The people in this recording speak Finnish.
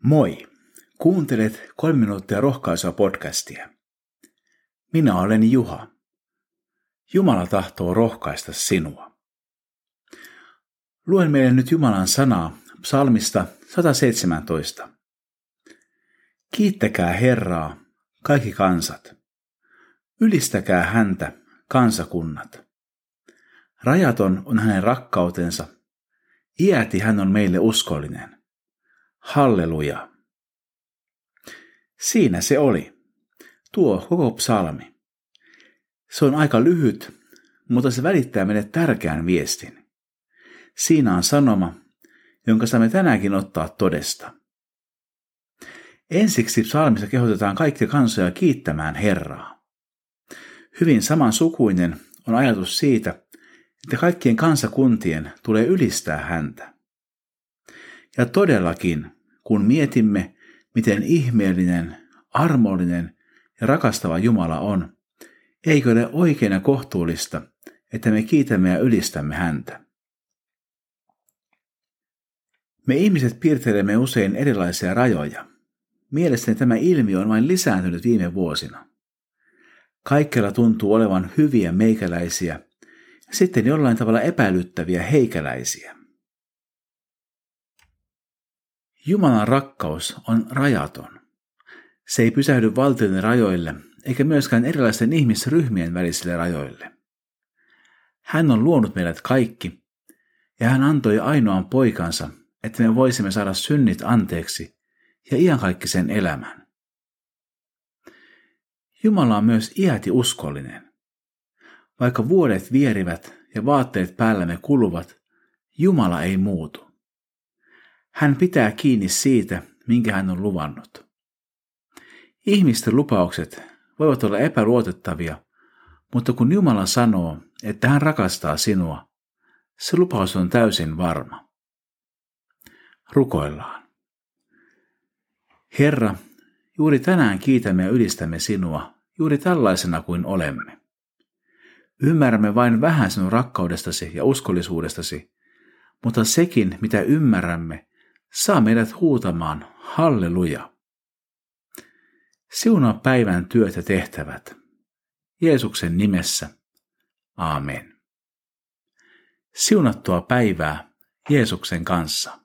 Moi! Kuuntelet 3 minuuttia rohkaisua podcastia. Minä olen Juha. Jumala tahtoo rohkaista sinua. Luen meille nyt Jumalan sanaa psalmista 117. Kiittäkää Herraa, kaikki kansat. Ylistäkää häntä, kansakunnat. Rajaton on hänen rakkautensa. Iäti hän on meille uskollinen. Halleluja. Siinä se oli. Tuo koko psalmi. Se on aika lyhyt, mutta se välittää meille tärkeän viestin. Siinä on sanoma, jonka saamme tänäänkin ottaa todesta. Ensiksi psalmissa kehotetaan kaikkia kansoja kiittämään Herraa. Hyvin samansukuinen on ajatus siitä, että kaikkien kansakuntien tulee ylistää häntä. Ja todellakin, kun mietimme, miten ihmeellinen, armollinen ja rakastava Jumala on, eikö ole oikein ja kohtuullista, että me kiitämme ja ylistämme häntä. Me ihmiset piirtelemme usein erilaisia rajoja. Mielestäni tämä ilmiö on vain lisääntynyt viime vuosina. Kaikkialla tuntuu olevan hyviä meikäläisiä ja sitten jollain tavalla epäilyttäviä heikäläisiä. Jumalan rakkaus on rajaton. Se ei pysähdy valtioiden rajoille, eikä myöskään erilaisten ihmisryhmien välisille rajoille. Hän on luonut meidät kaikki, ja hän antoi ainoan poikansa, että me voisimme saada synnit anteeksi ja iankaikkisen elämän. Jumala on myös iäti uskollinen. Vaikka vuodet vierivät ja vaatteet päällämme kuluvat, Jumala ei muutu. Hän pitää kiinni siitä, minkä hän on luvannut. Ihmisten lupaukset voivat olla epäluotettavia, mutta kun Jumala sanoo, että hän rakastaa sinua, se lupaus on täysin varma. Rukoillaan. Herra, juuri tänään kiitämme ja ylistämme sinua, juuri tällaisena kuin olemme. Ymmärrämme vain vähän sinun rakkaudestasi ja uskollisuudestasi, mutta sekin, mitä ymmärrämme, saa meidät huutamaan halleluja. Siunaa päivän työt ja tehtävät. Jeesuksen nimessä. Aamen. Siunattua päivää Jeesuksen kanssa.